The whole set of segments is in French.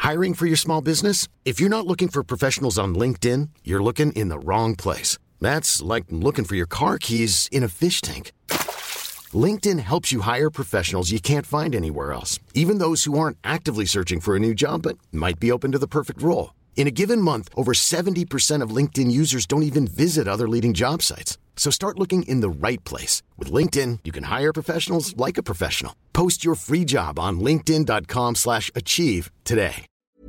Hiring for your small business? If you're not looking for professionals on LinkedIn, you're looking in the wrong place. That's like looking for your car keys in a fish tank. LinkedIn helps you hire professionals you can't find anywhere else, even those who aren't actively searching for a new job but might be open to the perfect role. In a given month, over 70% of LinkedIn users don't even visit other leading job sites. So start looking in the right place. With LinkedIn, you can hire professionals like a professional. Post your free job on linkedin.com/achieve today.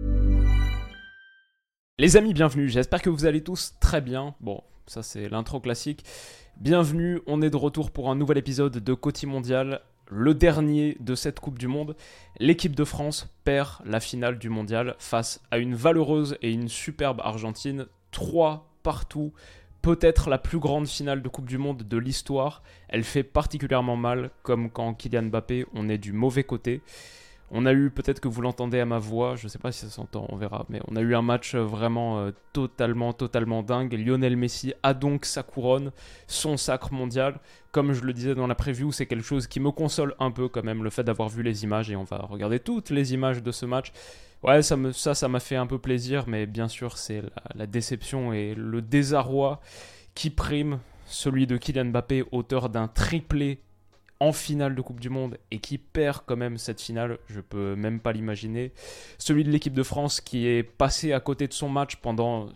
Les amis, bienvenue. J'espère que vous allez tous très bien. Bon, ça c'est l'intro classique. Bienvenue, on est de retour pour un nouvel épisode de Côté Mondial, le dernier de cette Coupe du Monde. L'équipe de France perd la finale du Mondial face à une valeureuse et une superbe Argentine. 3 partout, peut-être la plus grande finale de Coupe du Monde de l'histoire. Elle fait particulièrement mal, comme quand Kylian Mbappé, on est du mauvais côté. On a eu, peut-être que vous l'entendez à ma voix, je ne sais pas si ça s'entend, on verra, mais on a eu un match vraiment totalement dingue. Lionel Messi a donc sa couronne, son sacre mondial. Comme je le disais dans la preview, c'est quelque chose qui me console un peu quand même, le fait d'avoir vu les images, et on va regarder toutes les images de ce match. Ouais, ça m'a fait un peu plaisir, mais bien sûr, c'est la déception et le désarroi qui prime, celui de Kylian Mbappé, auteur d'un triplé en finale de Coupe du Monde et qui perd quand même cette finale, je peux même pas l'imaginer. Celui de l'équipe de France qui est passé à côté de son match pendant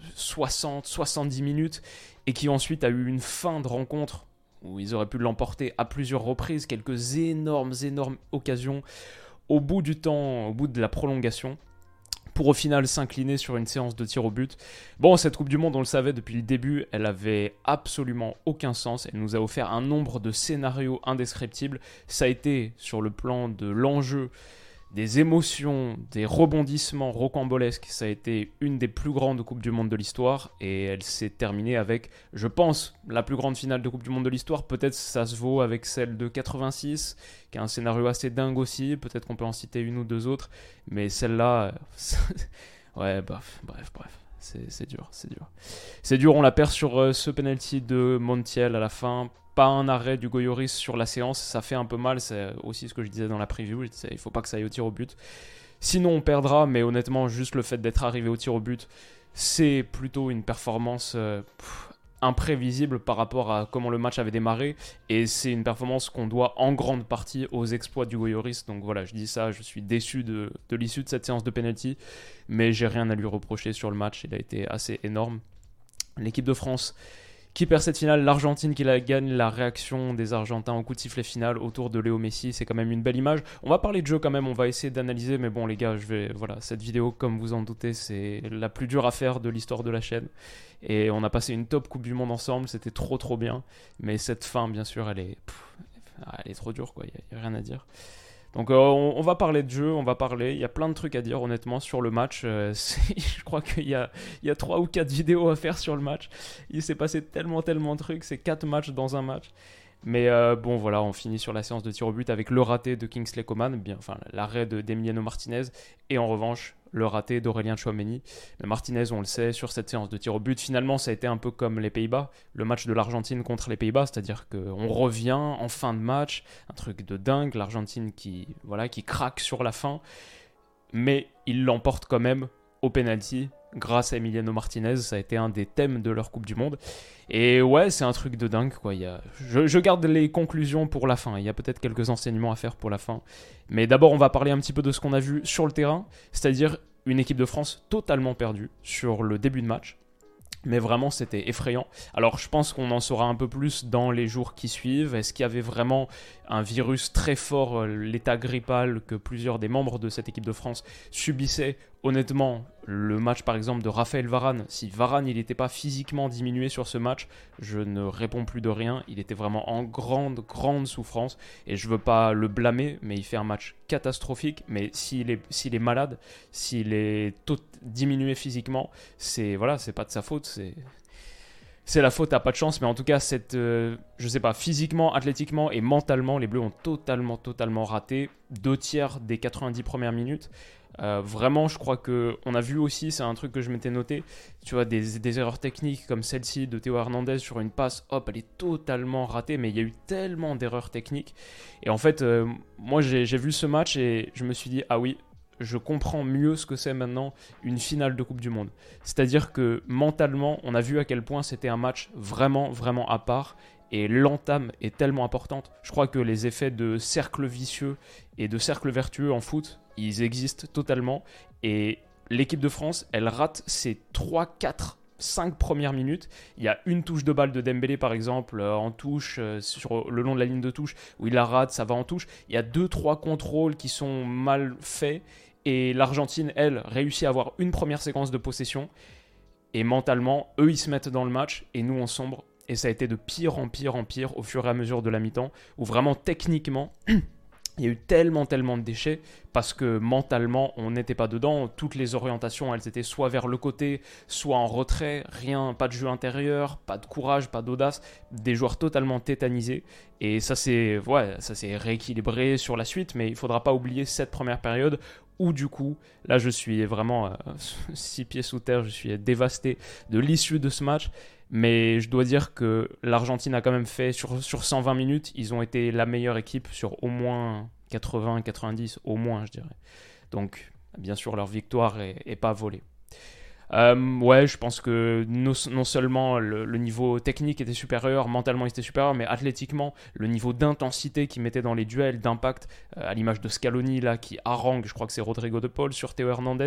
60-70 minutes et qui ensuite a eu une fin de rencontre où ils auraient pu l'emporter à plusieurs reprises, quelques énormes occasions au bout du temps, au bout de la prolongation, pour au final s'incliner sur une séance de tir au but. Bon, cette Coupe du Monde, on le savait depuis le début, elle avait absolument aucun sens. Elle nous a offert un nombre de scénarios indescriptibles. Ça a été, sur le plan de l'enjeu, des émotions, des rebondissements rocambolesques. Ça a été une des plus grandes Coupes du Monde de l'histoire. Et elle s'est terminée avec, je pense, la plus grande finale de Coupe du Monde de l'histoire. Peut-être ça se vaut avec celle de 86, qui a un scénario assez dingue aussi. Peut-être qu'on peut en citer une ou deux autres. Mais celle-là, ouais, bref. C'est dur. C'est dur, on la perd sur ce penalty de Montiel à la fin. Pas un arrêt du Goyoris sur la séance, ça fait un peu mal, c'est aussi ce que je disais dans la preview, il faut pas que ça aille au tir au but. Sinon on perdra, mais honnêtement, juste le fait d'être arrivé au tir au but, c'est plutôt une performance imprévisible par rapport à comment le match avait démarré, et c'est une performance qu'on doit en grande partie aux exploits du Goyoris. Donc voilà, je dis ça, je suis déçu de l'issue de cette séance de penalty, mais j'ai rien à lui reprocher sur le match, il a été assez énorme. L'équipe de France qui perd cette finale, l'Argentine qui la gagne, la réaction des Argentins au coup de sifflet final autour de Léo Messi, c'est quand même une belle image. On va parler de jeu quand même, on va essayer d'analyser, mais bon les gars, cette vidéo, comme vous en doutez, c'est la plus dure à faire de l'histoire de la chaîne. Et on a passé une top Coupe du Monde ensemble, c'était trop bien. Mais cette fin, bien sûr, elle est trop dure, quoi, il n'y a rien à dire. Donc on va parler de jeu, il y a plein de trucs à dire honnêtement sur le match. Je crois qu'il y a 3 ou 4 vidéos à faire sur le match. Il s'est passé tellement de trucs, c'est 4 matchs dans un match. Mais bon voilà, on finit sur la séance de tir au but avec le raté de Kingsley Coman, l'arrêt d'Emiliano Martinez, et en revanche le raté d'Aurélien Tchouaméni. Mais Martinez, on le sait, sur cette séance de tir au but, finalement ça a été un peu comme les Pays-Bas, le match de l'Argentine contre les Pays-Bas, c'est-à-dire qu'on revient en fin de match, un truc de dingue, l'Argentine qui craque sur la fin, mais il l'emporte quand même au penalty grâce à Emiliano Martinez. Ça a été un des thèmes de leur Coupe du Monde. Et ouais, c'est un truc de dingue, quoi. Je garde les conclusions pour la fin. Il y a peut-être quelques enseignements à faire pour la fin. Mais d'abord, on va parler un petit peu de ce qu'on a vu sur le terrain, c'est-à-dire une équipe de France totalement perdue sur le début de match. Mais vraiment, c'était effrayant. Alors, je pense qu'on en saura un peu plus dans les jours qui suivent. Est-ce qu'il y avait vraiment un virus très fort, l'état grippal que plusieurs des membres de cette équipe de France subissaient? Honnêtement, le match par exemple de Raphaël Varane, si Varane il n'était pas physiquement diminué sur ce match, je ne réponds plus de rien. Il était vraiment en grande souffrance et je veux pas le blâmer, mais il fait un match catastrophique. Mais s'il est malade, s'il est diminué physiquement, c'est pas de sa faute, c'est la faute à pas de chance. Mais en tout cas, je sais pas, physiquement, athlétiquement et mentalement, les Bleus ont totalement raté 2/3 des 90 premières minutes. Vraiment, je crois qu'on a vu aussi, c'est un truc que je m'étais noté, tu vois, des erreurs techniques comme celle-ci de Théo Hernandez sur une passe, hop, elle est totalement ratée, mais il y a eu tellement d'erreurs techniques. Et en fait, moi j'ai vu ce match et je me suis dit, ah oui, je comprends mieux ce que c'est maintenant une finale de Coupe du Monde. C'est-à-dire que mentalement, on a vu à quel point c'était un match vraiment, vraiment à part. Et l'entame est tellement importante. Je crois que les effets de cercle vicieux et de cercle vertueux en foot, ils existent totalement. Et l'équipe de France, elle rate ses 3, 4, 5 premières minutes. Il y a une touche de balle de Dembélé, par exemple, en touche, sur le long de la ligne de touche, où il la rate, ça va en touche. Il y a 2-3 contrôles qui sont mal faits. Et l'Argentine, elle, réussit à avoir une première séquence de possession. Et mentalement, eux, ils se mettent dans le match et nous, on sombre. Et ça a été de pire en pire en pire au fur et à mesure de la mi-temps, où vraiment techniquement, il y a eu tellement de déchets, parce que mentalement, on n'était pas dedans. Toutes les orientations, elles étaient soit vers le côté, soit en retrait. Rien, pas de jeu intérieur, pas de courage, pas d'audace. Des joueurs totalement tétanisés. Et ça s'est rééquilibré sur la suite, mais il ne faudra pas oublier cette première période où du coup, là je suis vraiment 6 pieds sous terre, je suis dévasté de l'issue de ce match. Mais je dois dire que l'Argentine a quand même fait, sur 120 minutes, ils ont été la meilleure équipe sur au moins 80-90, au moins je dirais. Donc bien sûr leur victoire est pas volée. Ouais, je pense que non seulement le niveau technique était supérieur, mentalement il était supérieur, mais athlétiquement, le niveau d'intensité qu'ils mettaient dans les duels, d'impact, à l'image de Scaloni là, qui harangue, je crois que c'est Rodrigo de Paul sur Théo Hernandez,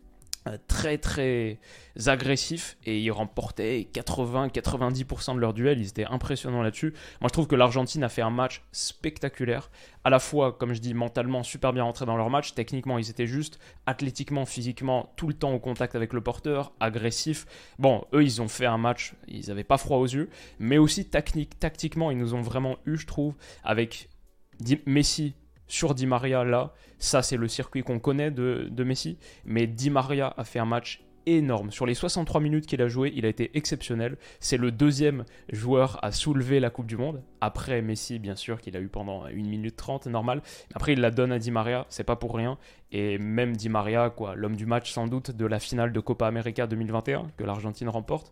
très très agressif, et ils remportaient 80-90% de leurs duels. Ils étaient impressionnants là-dessus. Moi je trouve que l'Argentine a fait un match spectaculaire, à la fois comme je dis mentalement super bien rentrés dans leur match, techniquement ils étaient justes, athlétiquement, physiquement tout le temps au contact avec le porteur, agressif. Bon, eux ils ont fait un match, ils n'avaient pas froid aux yeux, mais aussi tactiquement ils nous ont vraiment eu, je trouve, avec Messi sur Di Maria là. Ça, c'est le circuit qu'on connaît de Messi. Mais Di Maria a fait un match énorme. Sur les 63 minutes qu'il a joué, il a été exceptionnel. C'est le deuxième joueur à soulever la Coupe du Monde. Après Messi, bien sûr, qu'il a eu pendant 1 minute 30, normal. Après, il la donne à Di Maria. C'est pas pour rien. Et même Di Maria, l'homme du match sans doute de la finale de Copa América 2021, que l'Argentine remporte.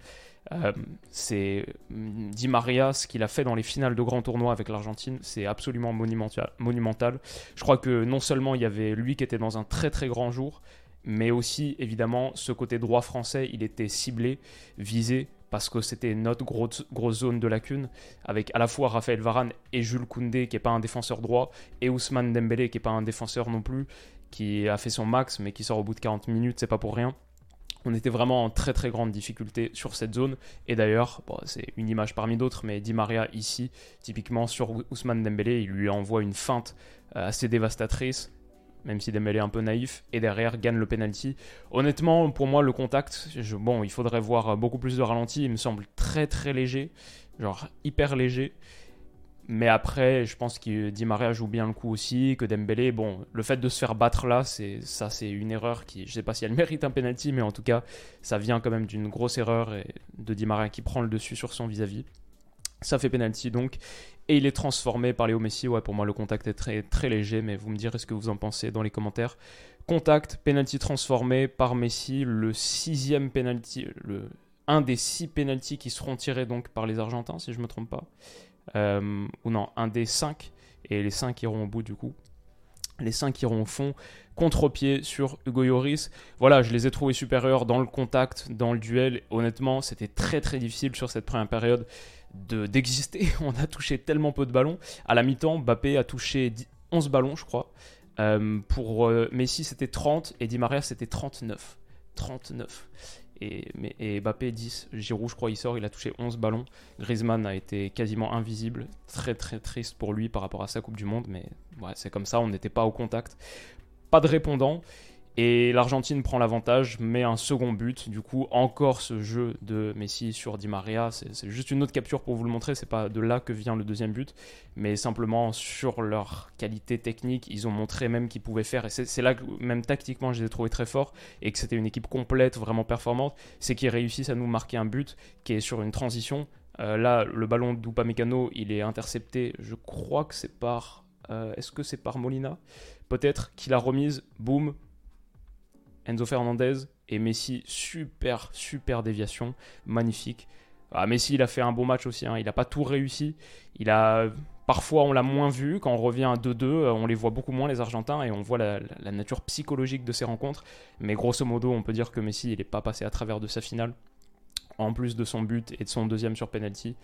C'est Di Maria, ce qu'il a fait dans les finales de grands tournois avec l'Argentine, c'est absolument monumental. Je crois que non seulement il y avait lui qui était dans un très très grand jour, mais aussi évidemment ce côté droit français, il était ciblé, visé, parce que c'était notre grosse zone de lacune, avec à la fois Raphaël Varane et Jules Koundé qui n'est pas un défenseur droit, et Ousmane Dembélé qui n'est pas un défenseur non plus, qui a fait son max mais qui sort au bout de 40 minutes, c'est pas pour rien. On était vraiment en très très grande difficulté sur cette zone. Et d'ailleurs, c'est une image parmi d'autres, mais Di Maria ici, typiquement sur Ousmane Dembélé, il lui envoie une feinte assez dévastatrice, même si Dembélé est un peu naïf, et derrière gagne le penalty. Honnêtement, pour moi, le contact, il faudrait voir beaucoup plus de ralenti, il me semble très très léger, genre hyper léger. Mais après, je pense que Di Maria joue bien le coup aussi, que Dembélé, le fait de se faire battre là, c'est une erreur qui, je sais pas si elle mérite un penalty, mais en tout cas, ça vient quand même d'une grosse erreur et de Di Maria qui prend le dessus sur son vis-à-vis. Ça fait penalty donc, et il est transformé par Léo Messi. Ouais, pour moi le contact est très très léger, mais vous me direz ce que vous en pensez dans les commentaires. Contact, penalty transformé par Messi, le 6e penalty, un des 6 penalties qui seront tirés donc par les Argentins, si je me trompe pas. Ou non, un des 5, et les 5 iront au bout du coup. Les 5 iront au fond, contre-pied sur Hugo Lloris. Voilà, je les ai trouvés supérieurs dans le contact, dans le duel. Honnêtement, c'était très très difficile sur cette première période d'exister. On a touché tellement peu de ballons. À la mi-temps, Mbappé a touché 11 ballons, je crois. Pour Messi, c'était 30, et Di Maria, c'était 39. Et Mbappé 10, Giroud je crois il sort, il a touché 11 ballons. Griezmann a été quasiment invisible, très très triste pour lui par rapport à sa Coupe du Monde, mais ouais, c'est comme ça, on n'était pas au contact, pas de répondant, et l'Argentine prend l'avantage, met un second but. Du coup encore ce jeu de Messi sur Di Maria, c'est juste une autre capture pour vous le montrer, c'est pas de là que vient le deuxième but, mais simplement sur leur qualité technique, ils ont montré même qu'ils pouvaient faire, et c'est là que même tactiquement je les ai trouvés très forts, et que c'était une équipe complète, vraiment performante, c'est qu'ils réussissent à nous marquer un but qui est sur une transition. Là le ballon d'Upamecano il est intercepté, je crois que c'est par est-ce que c'est par Molina peut-être, qui l'a remise, boum, Enzo Fernandez, et Messi, super déviation, magnifique. Messi il a fait un bon match aussi, hein. Il n'a pas tout réussi, Parfois, on l'a moins vu. Quand on revient à 2-2, on les voit beaucoup moins, les Argentins, et on voit la nature psychologique de ces rencontres. Mais grosso modo, on peut dire que Messi, il n'est pas passé à travers de sa finale. En plus de son but et de son deuxième sur penalty.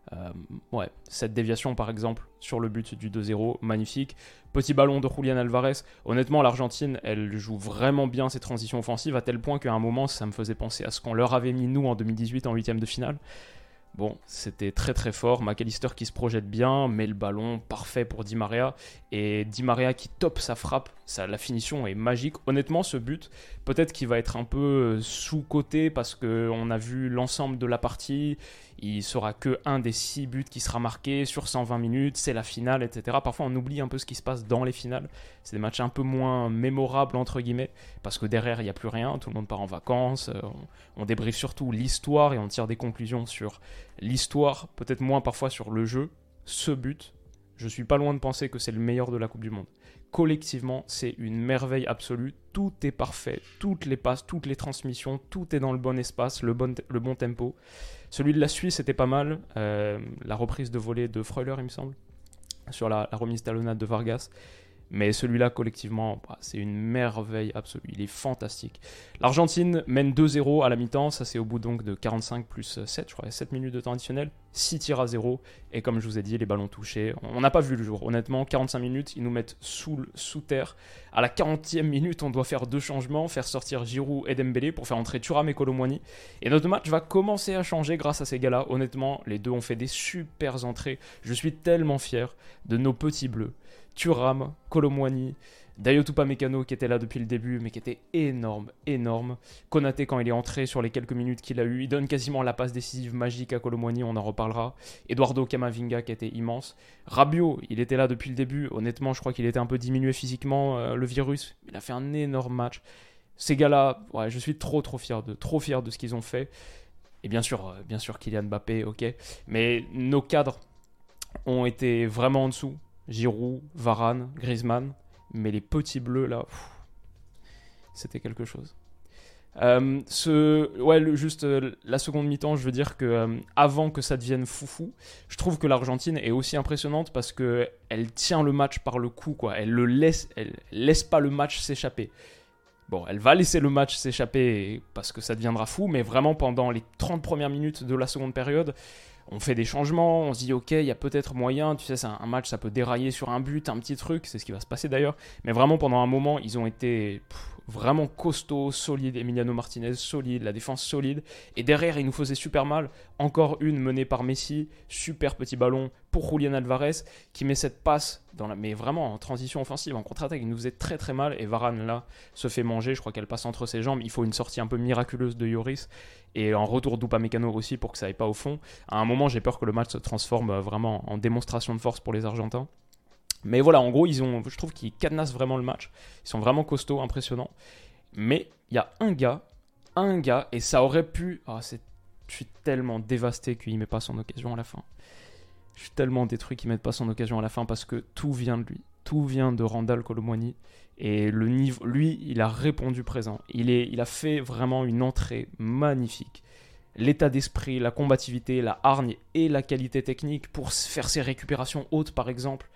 Cette déviation par exemple sur le but du 2-0, magnifique. Petit ballon de Julián Alvarez. Honnêtement, l'Argentine, elle joue vraiment bien ses transitions offensives à tel point qu'à un moment, ça me faisait penser à ce qu'on leur avait mis nous en 2018 en huitième de finale. Bon, c'était très très fort. McAllister qui se projette bien, met le ballon parfait pour Di Maria. Et Di Maria qui top sa frappe. La finition est magique. Honnêtement, ce but, peut-être qu'il va être un peu sous-coté parce qu'on a vu l'ensemble de la partie. Il ne sera que un des 6 buts qui sera marqué sur 120 minutes. C'est la finale, etc. Parfois, on oublie un peu ce qui se passe dans les finales. C'est des matchs un peu moins mémorables, entre guillemets, parce que derrière, il n'y a plus rien. Tout le monde part en vacances. On débriefe surtout l'histoire et on tire des conclusions sur l'histoire, peut-être moins parfois sur le jeu. Ce but, je suis pas loin de penser que c'est le meilleur de la Coupe du Monde. Collectivement, c'est une merveille absolue. Tout est parfait, toutes les passes, toutes les transmissions, tout est dans le bon espace, le bon tempo. Celui de la Suisse était pas mal. La reprise de volée de Freuler, il me semble, sur la remise talonnade de Vargas. Mais celui-là, collectivement, c'est une merveille absolue. Il est fantastique. L'Argentine mène 2-0 à la mi-temps. Ça, c'est au bout donc de 45 plus 7, je crois, 7 minutes de temps additionnel. 6 tirs à 0. Et comme je vous ai dit, les ballons touchés. On n'a pas vu le jour. Honnêtement, 45 minutes, ils nous mettent sous terre. À la 40e minute, on doit faire 2 changements. Faire sortir Giroud et Dembélé pour faire entrer Thuram et Kolo Muani. Et notre match va commencer à changer grâce à ces gars-là. Honnêtement, les deux ont fait des super entrées. Je suis tellement fier de nos petits bleus. Thuram, Kolo Muani, Dayot Upamecano qui était là depuis le début mais qui était énorme. Konaté quand il est entré sur les quelques minutes qu'il a eu, il donne quasiment la passe décisive magique à Kolo Muani, on en reparlera. Eduardo Camavinga qui était immense. Rabiot, il était là depuis le début, honnêtement je crois qu'il était un peu diminué physiquement, le virus, il a fait un énorme match. Ces gars-là, je suis trop fier de ce qu'ils ont fait. Et bien sûr Kylian Mbappé, ok. Mais nos cadres ont été vraiment en dessous. Giroud, Varane, Griezmann, mais les petits bleus là, c'était quelque chose. Juste la seconde mi-temps, je veux dire que avant que ça devienne foufou, je trouve que l'Argentine est aussi impressionnante parce que elle tient le match par le cou, quoi. Elle laisse pas le match s'échapper. Bon, elle va laisser le match s'échapper parce que ça deviendra fou, mais vraiment pendant les 30 premières minutes de la seconde période, on fait des changements, on se dit ok, il y a peut-être moyen, tu sais, c'est un match, ça peut dérailler sur un but, un petit truc, c'est ce qui va se passer d'ailleurs. Mais vraiment pendant un moment, ils ont été vraiment costauds, solides, Emiliano Martinez solide, la défense solide. Et derrière, ils nous faisaient super mal. Encore une menée par Messi, super petit ballon pour Julián Alvarez qui met cette passe, mais vraiment en transition offensive, en contre-attaque, il nous faisait très très mal. Et Varane là se fait manger, je crois qu'elle passe entre ses jambes. Il faut une sortie un peu miraculeuse de Lloris et en retour d'Upamecano aussi pour que ça aille pas au fond. À un moment, j'ai peur que le match se transforme vraiment en démonstration de force pour les Argentins. Mais voilà, en gros, je trouve qu'ils cadenassent vraiment le match. Ils sont vraiment costauds, impressionnants. Mais il y a un gars, et ça aurait pu... je suis tellement dévasté qu'il ne met pas son occasion à la fin. Je suis tellement détruit qu'il ne mette pas son occasion à la fin parce que tout vient de lui. Tout vient de Randal Kolo Muani. Et le niveau, lui, il a répondu présent. Il a fait vraiment une entrée magnifique. L'état d'esprit, la combativité, la hargne et la qualité technique pour faire ses récupérations hautes, par exemple.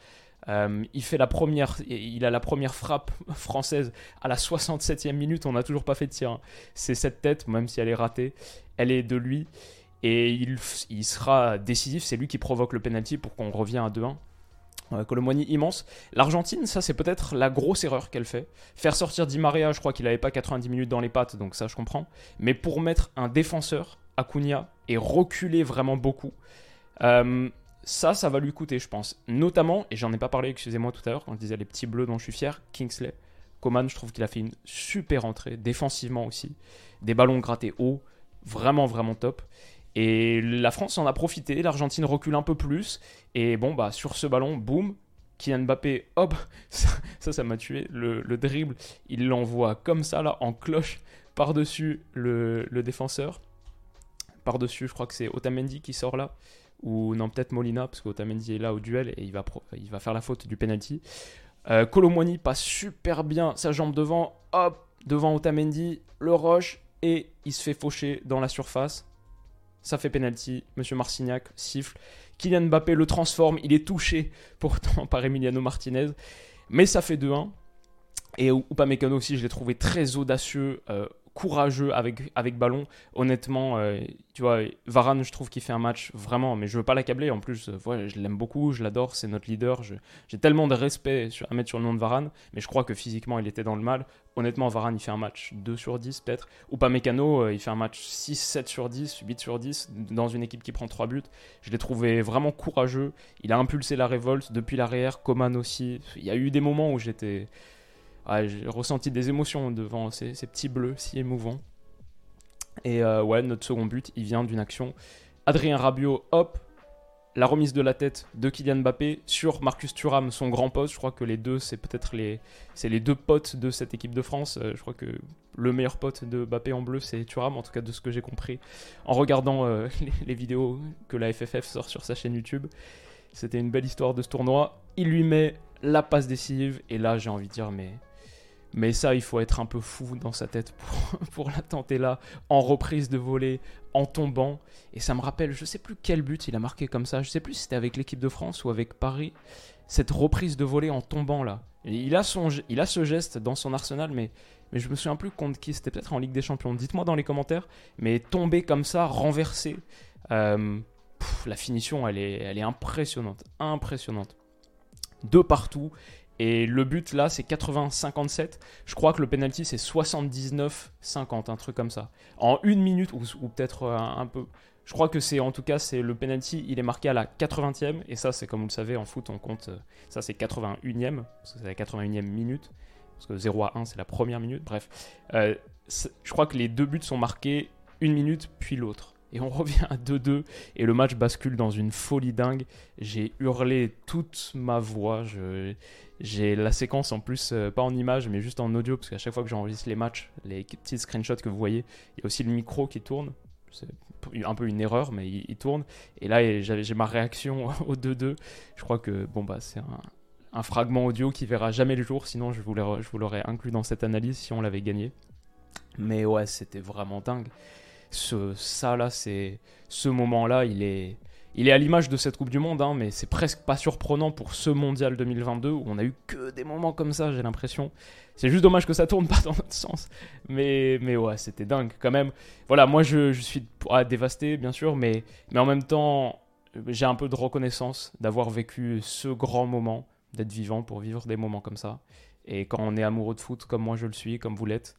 Il a la première frappe française à la 67e minute, on n'a toujours pas fait de tir. C'est cette tête, même si elle est ratée, elle est de lui. Et il sera décisif, c'est lui qui provoque le penalty pour qu'on revienne à 2-1. Kolo Muani immense. L'Argentine, ça c'est peut-être la grosse erreur qu'elle fait. Faire sortir Di Maria, je crois qu'il n'avait pas 90 minutes dans les pattes, donc ça je comprends. Mais pour mettre un défenseur, Acuna, et reculer vraiment beaucoup, ça va lui coûter, je pense. Notamment, et j'en ai pas parlé, excusez-moi tout à l'heure, quand je disais les petits bleus dont je suis fier, Kingsley Coman, je trouve qu'il a fait une super entrée, défensivement aussi. Des ballons grattés haut, vraiment vraiment top. Et la France en a profité, l'Argentine recule un peu plus. Et sur ce ballon, boum, Kylian Mbappé, hop, ça m'a tué. Le dribble, il l'envoie comme ça, là, en cloche, par-dessus le défenseur. Par-dessus, je crois que c'est Otamendi qui sort là. Ou non, peut-être Molina, parce qu'Otamendi est là au duel et il va faire la faute du penalty. Kolo Muani passe super bien sa jambe devant, hop, devant Otamendi, le rush, et il se fait faucher dans la surface. Ça fait penalty, Monsieur Marcignac siffle. Kylian Mbappé le transforme, il est touché pourtant par Emiliano Martinez, mais ça fait 2-1. Et Upamecano aussi, je l'ai trouvé très audacieux, courageux avec ballon. Honnêtement, tu vois, Varane, je trouve qu'il fait un match vraiment, mais je veux pas l'accabler. En plus, je l'aime beaucoup, je l'adore, c'est notre leader. J'ai tellement de respect à mettre sur le nom de Varane, mais je crois que physiquement, il était dans le mal. Honnêtement, Varane, il fait un match 2 sur 10 peut-être. Upamecano, il fait un match 6, 7 sur 10, 8 sur 10, dans une équipe qui prend 3 buts. Je l'ai trouvé vraiment courageux. Il a impulsé la révolte depuis l'arrière, Coman aussi. Il y a eu des moments où j'ai ressenti des émotions devant ces petits bleus si émouvants. Et notre second but, il vient d'une action. Adrien Rabiot, hop, la remise de la tête de Kylian Mbappé sur Marcus Thuram, son grand pote. Je crois que les deux, c'est peut-être les deux potes de cette équipe de France. Je crois que le meilleur pote de Mbappé en bleu, c'est Thuram, en tout cas de ce que j'ai compris en regardant les vidéos que la FFF sort sur sa chaîne YouTube. C'était une belle histoire de ce tournoi. Il lui met la passe décisive, et là, j'ai envie de dire, mais ça, il faut être un peu fou dans sa tête pour la tenter là, en reprise de volée, en tombant. Et ça me rappelle, je sais plus quel but il a marqué comme ça. Je sais plus si c'était avec l'équipe de France ou avec Paris. Cette reprise de volée en tombant là. Et il a ce geste dans son arsenal, mais je me souviens plus contre qui. C'était peut-être en Ligue des Champions. Dites-moi dans les commentaires. Mais tomber comme ça, renversé. La finition, elle est impressionnante. Impressionnante. De partout. Et le but là, c'est 80-57. Je crois que le penalty, c'est 79-50, un truc comme ça. En une minute, ou peut-être un peu. Je crois que c'est le penalty, il est marqué à la 80e. Et ça, c'est comme vous le savez, en foot, on compte. Ça, c'est 81e, parce que c'est la 81e minute. Parce que 0-1, c'est la première minute. Bref. Je crois que les deux buts sont marqués une minute, puis l'autre. Et on revient à 2-2 et le match bascule dans une folie dingue. J'ai hurlé toute ma voix. J'ai la séquence en plus, pas en image, mais juste en audio, parce qu'à chaque fois que j'enregistre les matchs, les petits screenshots que vous voyez, il y a aussi le micro qui tourne. C'est un peu une erreur, mais il tourne. Et là, j'ai ma réaction au 2-2. Je crois que c'est un fragment audio qui verra jamais le jour, sinon je vous l'aurais inclus dans cette analyse si on l'avait gagné. Mais ouais, c'était vraiment dingue. Ce moment-là, il est à l'image de cette Coupe du Monde, hein, mais c'est presque pas surprenant pour ce Mondial 2022 où on a eu que des moments comme ça, j'ai l'impression. C'est juste dommage que ça tourne pas dans notre sens. Mais ouais, c'était dingue quand même. Voilà, moi je suis dévasté, bien sûr, mais en même temps, j'ai un peu de reconnaissance d'avoir vécu ce grand moment, d'être vivant pour vivre des moments comme ça. Et quand on est amoureux de foot, comme moi je le suis, comme vous l'êtes,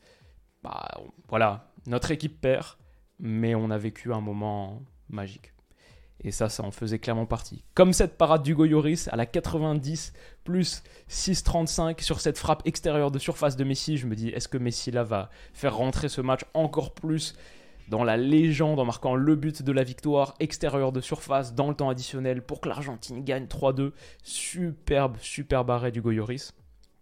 voilà, notre équipe perd, mais on a vécu un moment magique. Et ça en faisait clairement partie. Comme cette parade d'Hugo Lloris à la 90 plus 6,35 sur cette frappe extérieure de surface de Messi. Je me dis, est-ce que Messi là va faire rentrer ce match encore plus dans la légende en marquant le but de la victoire extérieure de surface dans le temps additionnel pour que l'Argentine gagne 3-2. Superbe arrêt d'Hugo Lloris.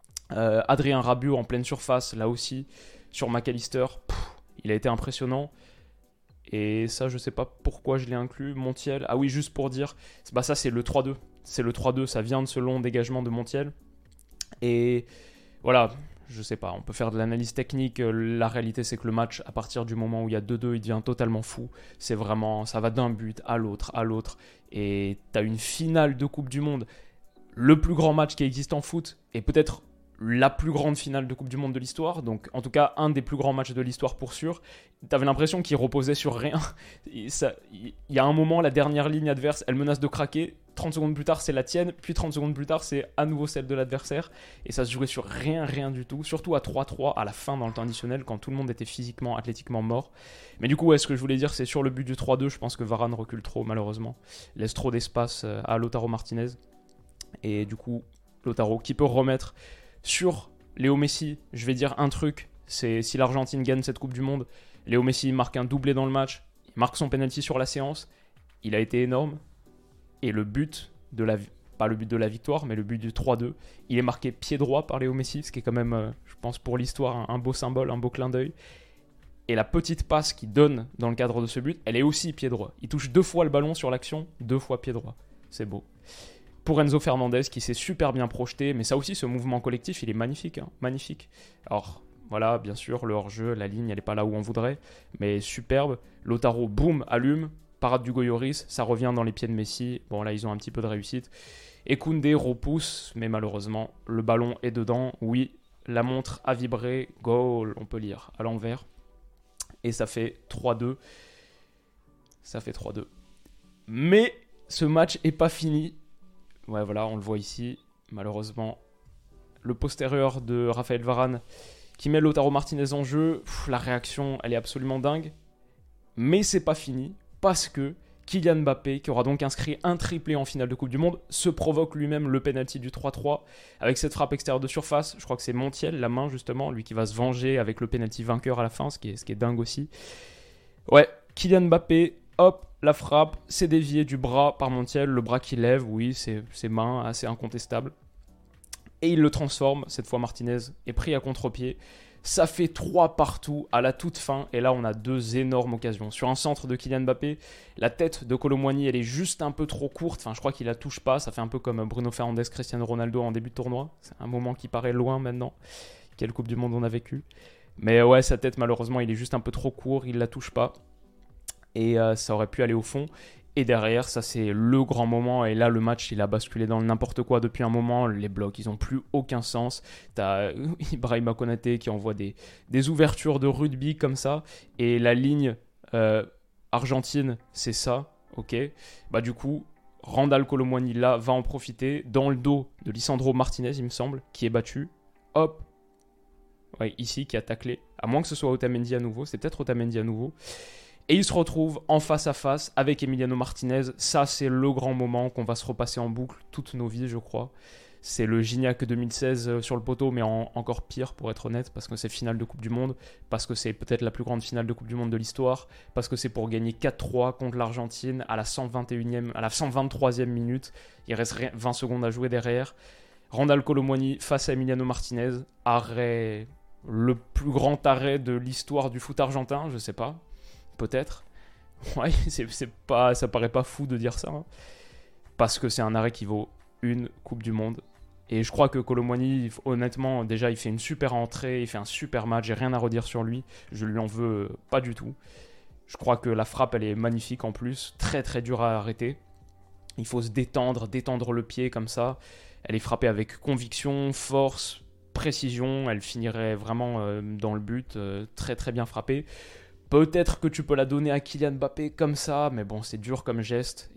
Adrien Rabiot en pleine surface, là aussi, sur McAllister. Il a été impressionnant. Et ça, je sais pas pourquoi je l'ai inclus. Montiel, ah oui, juste pour dire, ça c'est le 3-2. C'est le 3-2, ça vient de ce long dégagement de Montiel. Et voilà, je sais pas, on peut faire de l'analyse technique. La réalité, c'est que le match, à partir du moment où il y a 2-2, il devient totalement fou. C'est vraiment, ça va d'un but à l'autre. Et t'as une finale de Coupe du Monde. Le plus grand match qui existe en foot, et peut-être la plus grande finale de Coupe du Monde de l'histoire, donc en tout cas un des plus grands matchs de l'histoire pour sûr. T'avais l'impression qu'il reposait sur rien. Il y a un moment, la dernière ligne adverse, elle menace de craquer, 30 secondes plus tard c'est la tienne, puis 30 secondes plus tard c'est à nouveau celle de l'adversaire, et ça se jouait sur rien du tout, surtout à 3-3 à la fin dans le temps additionnel, quand tout le monde était physiquement, athlétiquement mort. Mais du coup, ce que je voulais dire, c'est sur le but du 3-2, je pense que Varane recule trop malheureusement, laisse trop d'espace à Lautaro Martinez, et du coup Lautaro qui peut remettre sur Léo Messi. Je vais dire un truc, c'est si l'Argentine gagne cette Coupe du Monde, Léo Messi marque un doublé dans le match, il marque son penalty sur la séance, il a été énorme, et le but pas le but de la victoire, mais le but du 3-2, il est marqué pied droit par Léo Messi, ce qui est quand même, je pense pour l'histoire, un beau symbole, un beau clin d'œil. Et la petite passe qu'il donne dans le cadre de ce but, elle est aussi pied droit. Il touche 2 fois le ballon sur l'action, 2 fois pied droit. C'est beau. Pour Enzo Fernandez qui s'est super bien projeté, mais ça aussi, ce mouvement collectif, il est magnifique, magnifique. Alors voilà, bien sûr, le hors-jeu, la ligne, elle n'est pas là où on voudrait, mais superbe. Lautaro, boum, allume, parade du Goyoris, ça revient dans les pieds de Messi. Bon, là, ils ont un petit peu de réussite. Et Koundé repousse, mais malheureusement, le ballon est dedans. Oui, la montre a vibré. Goal, on peut lire à l'envers. Et ça fait 3-2. Ça fait 3-2. Mais ce match n'est pas fini. Ouais, voilà, on le voit ici. Malheureusement, le postérieur de Raphaël Varane qui met Lautaro Martinez en jeu. La réaction, elle est absolument dingue. Mais c'est pas fini parce que Kylian Mbappé, qui aura donc inscrit un triplé en finale de Coupe du Monde, se provoque lui-même le penalty du 3-3 avec cette frappe extérieure de surface. Je crois que c'est Montiel, la main justement, lui qui va se venger avec le penalty vainqueur à la fin, ce qui est dingue aussi. Ouais, Kylian Mbappé, hop, la frappe, c'est dévié du bras par Montiel, le bras qui lève, oui, c'est main, assez incontestable. Et il le transforme, cette fois Martinez est pris à contre-pied. Ça fait 3 partout à la toute fin. Et là, on a 2 énormes occasions. Sur un centre de Kylian Mbappé, la tête de Kolo Muani, elle est juste un peu trop courte. Enfin, je crois qu'il la touche pas. Ça fait un peu comme Bruno Fernandes, Cristiano Ronaldo en début de tournoi. C'est un moment qui paraît loin maintenant. Quelle Coupe du Monde on a vécu. Mais ouais, sa tête, malheureusement, il est juste un peu trop court. Il la touche pas. Et ça aurait pu aller au fond. Et derrière, ça c'est le grand moment. Et là, le match, il a basculé dans n'importe quoi depuis un moment. Les blocs, ils n'ont plus aucun sens. T'as Ibrahima Konaté qui envoie des ouvertures de rugby comme ça. Et la ligne Argentine, c'est ça. Ok. Bah du coup, Randal Kolo Muani là va en profiter dans le dos de Lisandro Martinez, il me semble, qui est battu. Hop. Ouais, ici, qui a taclé. À moins que ce soit Otamendi à nouveau. C'est peut-être Otamendi à nouveau. Et il se retrouve en face à face avec Emiliano Martinez. Ça, c'est le grand moment qu'on va se repasser en boucle toutes nos vies, je crois. C'est le Gignac 2016 sur le poteau, mais encore pire, pour être honnête, parce que c'est finale de Coupe du Monde, parce que c'est peut-être la plus grande finale de Coupe du Monde de l'histoire, parce que c'est pour gagner 4-3 contre l'Argentine à la 123e minute. Il reste 20 secondes à jouer derrière. Randal Kolo Muani face à Emiliano Martinez. Arrêt, le plus grand arrêt de l'histoire du foot argentin, je sais pas. Peut-être. Ouais, ça paraît pas fou de dire ça. Hein. Parce que c'est un arrêt qui vaut une Coupe du Monde. Et je crois que Kolo Muani, honnêtement, déjà, il fait une super entrée, il fait un super match. J'ai rien à redire sur lui. Je lui en veux pas du tout. Je crois que la frappe, elle est magnifique en plus. Très, très dure à arrêter. Il faut se détendre le pied comme ça. Elle est frappée avec conviction, force, précision. Elle finirait vraiment dans le but. Très, très bien frappée. Peut-être que tu peux la donner à Kylian Mbappé comme ça, mais bon, c'est dur comme geste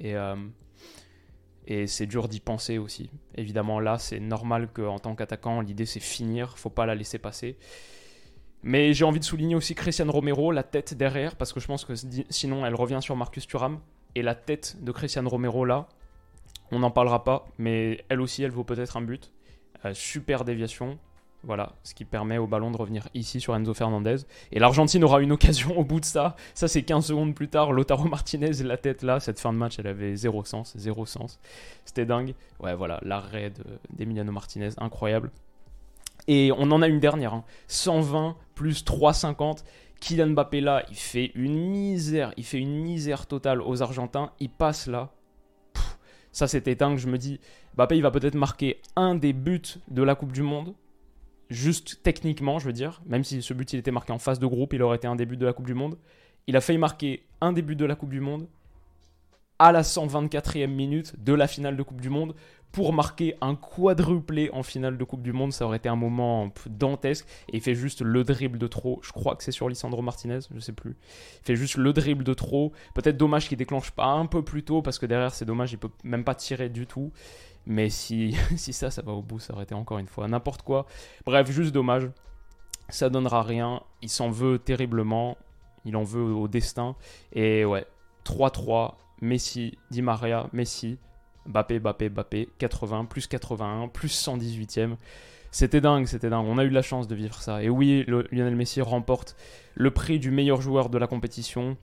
et c'est dur d'y penser aussi. Évidemment, là, c'est normal qu'en tant qu'attaquant, l'idée c'est finir, faut pas la laisser passer. Mais j'ai envie de souligner aussi Cristiano Romero, la tête derrière, parce que je pense que sinon elle revient sur Marcus Thuram. Et la tête de Cristiano Romero là, on n'en parlera pas, mais elle aussi, elle vaut peut-être un but. Super déviation. Voilà, ce qui permet au ballon de revenir ici sur Enzo Fernandez. Et l'Argentine aura une occasion au bout de ça. Ça, c'est 15 secondes plus tard. Lautaro Martinez, la tête là. Cette fin de match, elle avait zéro sens. C'était dingue. Ouais, voilà, l'arrêt d'Emiliano Martinez, incroyable. Et on en a une dernière. 120 plus 3,50. Kylian Mbappé là, il fait une misère totale aux Argentins. Il passe là. Ça, c'était dingue. Je me dis, Mbappé, il va peut-être marquer un des buts de la Coupe du Monde. Juste techniquement, je veux dire, même si ce but il était marqué en phase de groupe, il aurait été un début de la Coupe du Monde. Il a failli marquer un début de la Coupe du Monde à la 124e minute de la finale de Coupe du Monde pour marquer un quadruplé en finale de Coupe du Monde. Ça aurait été un moment dantesque. Et il fait juste le dribble de trop. Je crois que c'est sur Lisandro Martinez, je sais plus. Il fait juste le dribble de trop. Peut-être dommage qu'il déclenche pas un peu plus tôt parce que derrière c'est dommage, il peut même pas tirer du tout. Mais si ça va au bout, ça aurait été encore une fois n'importe quoi. Bref, juste dommage. Ça donnera rien. Il s'en veut terriblement. Il en veut au destin. Et ouais, 3-3. Messi, Di Maria, Messi, Mbappé, 80, plus 81, plus 118e. C'était dingue. On a eu la chance de vivre ça. Et oui, Lionel Messi remporte le prix du meilleur joueur de la compétition.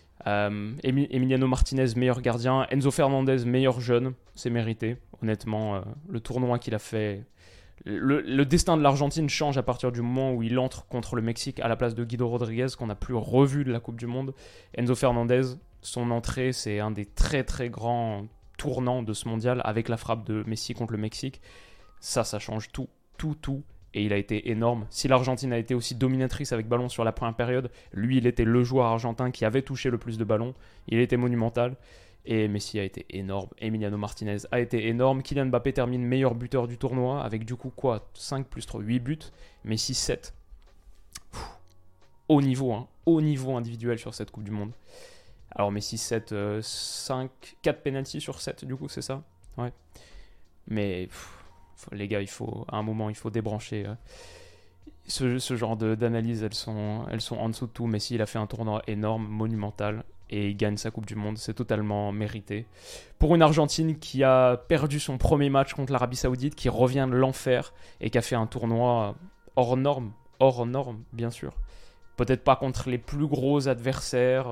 Emiliano Martinez, meilleur gardien. Enzo Fernandez, meilleur jeune. C'est mérité. Honnêtement, le tournoi qu'il a fait... Le destin de l'Argentine change à partir du moment où il entre contre le Mexique à la place de Guido Rodriguez, qu'on n'a plus revu de la Coupe du Monde. Enzo Fernandez, son entrée, c'est un des très très grands tournants de ce mondial avec la frappe de Messi contre le Mexique. Ça change tout. et il a été énorme. Si l'Argentine a été aussi dominatrice avec ballon sur la première période, lui, il était le joueur argentin qui avait touché le plus de ballons. Il était monumental. Et Messi a été énorme. Emiliano Martinez a été énorme. Kylian Mbappé termine meilleur buteur du tournoi avec du coup 5 plus 3, 8 buts. Messi 7. Haut niveau, haut niveau individuel sur cette Coupe du Monde. Alors Messi 7, 4 pénaltys sur 7 du coup, c'est ça? Ouais. Mais les gars, à un moment, il faut débrancher. Ce genre d'analyse, elles sont en dessous de tout. Messi, il a fait un tournoi énorme, monumental, et il gagne sa Coupe du Monde. C'est totalement mérité. Pour une Argentine qui a perdu son premier match contre l'Arabie Saoudite, qui revient de l'enfer, et qui a fait un tournoi hors norme, bien sûr. Peut-être pas contre les plus gros adversaires,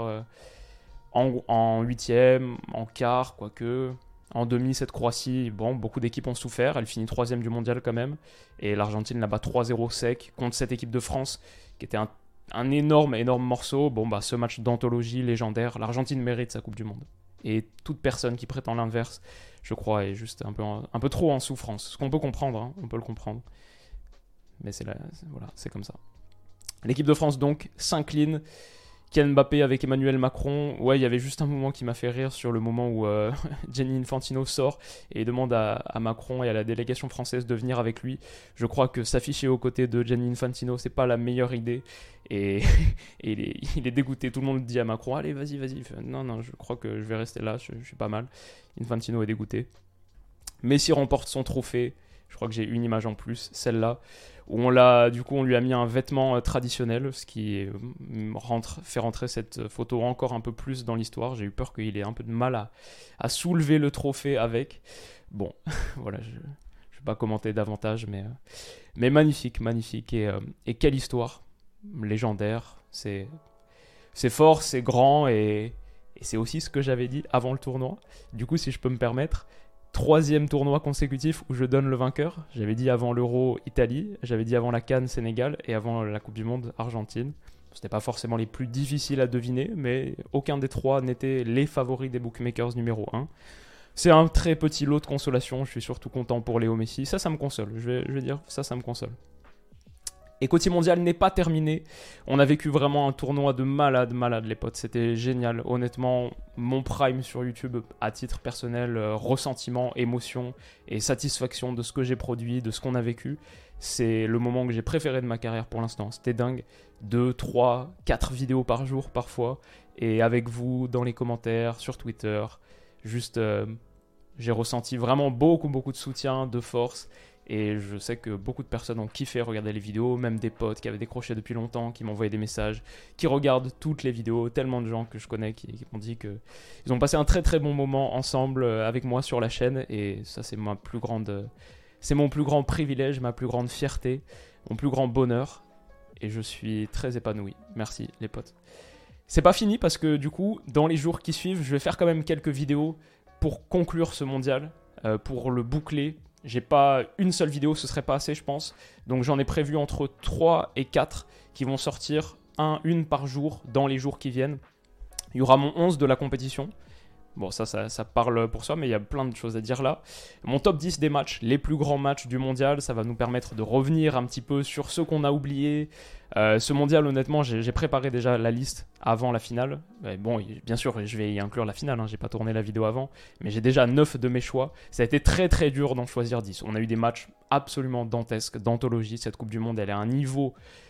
en huitième, en quart, quoique... En demi, cette Croatie, beaucoup d'équipes ont souffert. Elle finit 3e du mondial quand même. Et l'Argentine la bat 3-0 sec contre cette équipe de France qui était un énorme morceau. Ce match d'anthologie légendaire. L'Argentine mérite sa Coupe du Monde. Et toute personne qui prétend l'inverse, je crois, est juste un peu trop en souffrance. Ce qu'on peut comprendre, on peut le comprendre. Mais c'est comme ça. L'équipe de France donc s'incline. Kylian Mbappé avec Emmanuel Macron, ouais, il y avait juste un moment qui m'a fait rire sur le moment où Gianni Infantino sort et demande à Macron et à la délégation française de venir avec lui. Je crois que s'afficher aux côtés de Gianni Infantino, c'est pas la meilleure idée. Et il est dégoûté. Tout le monde dit à Macron, allez, vas-y. Il fait, non, je crois que je vais rester là, je suis pas mal. Infantino est dégoûté. Messi remporte son trophée. Je crois que j'ai une image en plus, celle-là, où on lui a mis un vêtement traditionnel, ce qui fait rentrer cette photo encore un peu plus dans l'histoire. J'ai eu peur qu'il ait un peu de mal à soulever le trophée avec. Bon, voilà, je ne vais pas commenter davantage, mais magnifique. Et quelle histoire légendaire. C'est fort, c'est grand, et c'est aussi ce que j'avais dit avant le tournoi. Du coup, si je peux me permettre... 3e tournoi consécutif où je donne le vainqueur. J'avais dit avant l'Euro Italie, j'avais dit avant la CAN Sénégal et avant la Coupe du Monde Argentine. C'était pas forcément les plus difficiles à deviner, mais aucun des trois n'était les favoris des bookmakers numéro 1. C'est un très petit lot de consolation, je suis surtout content pour Léo Messi. Ça me console, je vais dire, ça me console. Et Côté Mondial n'est pas terminé. On a vécu vraiment un tournoi de malade les potes. C'était génial. Honnêtement, mon prime sur YouTube, à titre personnel, ressentiment, émotion et satisfaction de ce que j'ai produit, de ce qu'on a vécu. C'est le moment que j'ai préféré de ma carrière pour l'instant. C'était dingue. 2, 3, 4 vidéos par jour parfois. Et avec vous dans les commentaires, sur Twitter. Juste, j'ai ressenti vraiment beaucoup de soutien, de force. Et je sais que beaucoup de personnes ont kiffé regarder les vidéos, même des potes qui avaient décroché depuis longtemps, qui m'envoyaient des messages, qui regardent toutes les vidéos, tellement de gens que je connais qui m'ont dit qu'ils ont passé un très bon moment ensemble avec moi sur la chaîne, et ça c'est mon plus grand privilège, ma plus grande fierté, mon plus grand bonheur, et je suis très épanoui. Merci les potes. C'est pas fini parce que du coup, dans les jours qui suivent, je vais faire quand même quelques vidéos pour conclure ce mondial, pour le boucler. J'ai pas une seule vidéo, ce serait pas assez je pense. Donc j'en ai prévu entre 3 et 4 qui vont sortir une par jour dans les jours qui viennent. Il y aura mon 11 de la compétition. Bon, ça parle pour soi, mais il y a plein de choses à dire là. Mon top 10 des matchs, les plus grands matchs du mondial, ça va nous permettre de revenir un petit peu sur ce qu'on a oublié. Ce mondial, honnêtement, j'ai préparé déjà la liste avant la finale. Bon, bien sûr, je vais y inclure la finale, j'ai pas tourné la vidéo avant, mais j'ai déjà 9 de mes choix. Ça a été très dur d'en choisir 10. On a eu des matchs absolument dantesques, d'anthologie. Cette Coupe du Monde, elle est à un niveau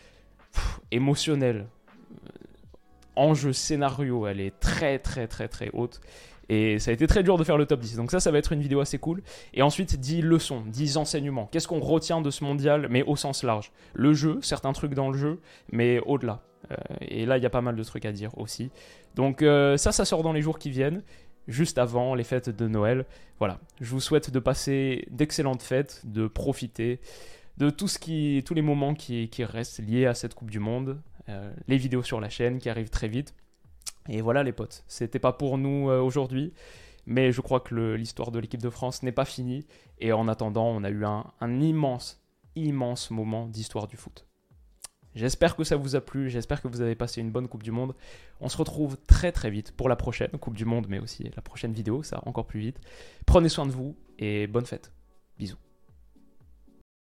émotionnel, enjeu, scénario, elle est très haute. Et ça a été très dur de faire le top 10. Donc ça va être une vidéo assez cool. Et ensuite, 10 leçons, 10 enseignements. Qu'est-ce qu'on retient de ce mondial, mais au sens large? Le jeu, certains trucs dans le jeu, mais au-delà. Et là, il y a pas mal de trucs à dire aussi. Donc ça sort dans les jours qui viennent, juste avant les fêtes de Noël. Voilà, je vous souhaite de passer d'excellentes fêtes, de profiter de tous les moments qui restent liés à cette Coupe du Monde. Les vidéos sur la chaîne qui arrivent très vite. Et voilà les potes, c'était pas pour nous aujourd'hui, mais je crois que l'histoire de l'équipe de France n'est pas finie. Et en attendant, on a eu un immense moment d'histoire du foot. J'espère que ça vous a plu, j'espère que vous avez passé une bonne Coupe du Monde. On se retrouve très vite pour la prochaine Coupe du Monde, mais aussi la prochaine vidéo, ça encore plus vite. Prenez soin de vous et bonne fête. Bisous.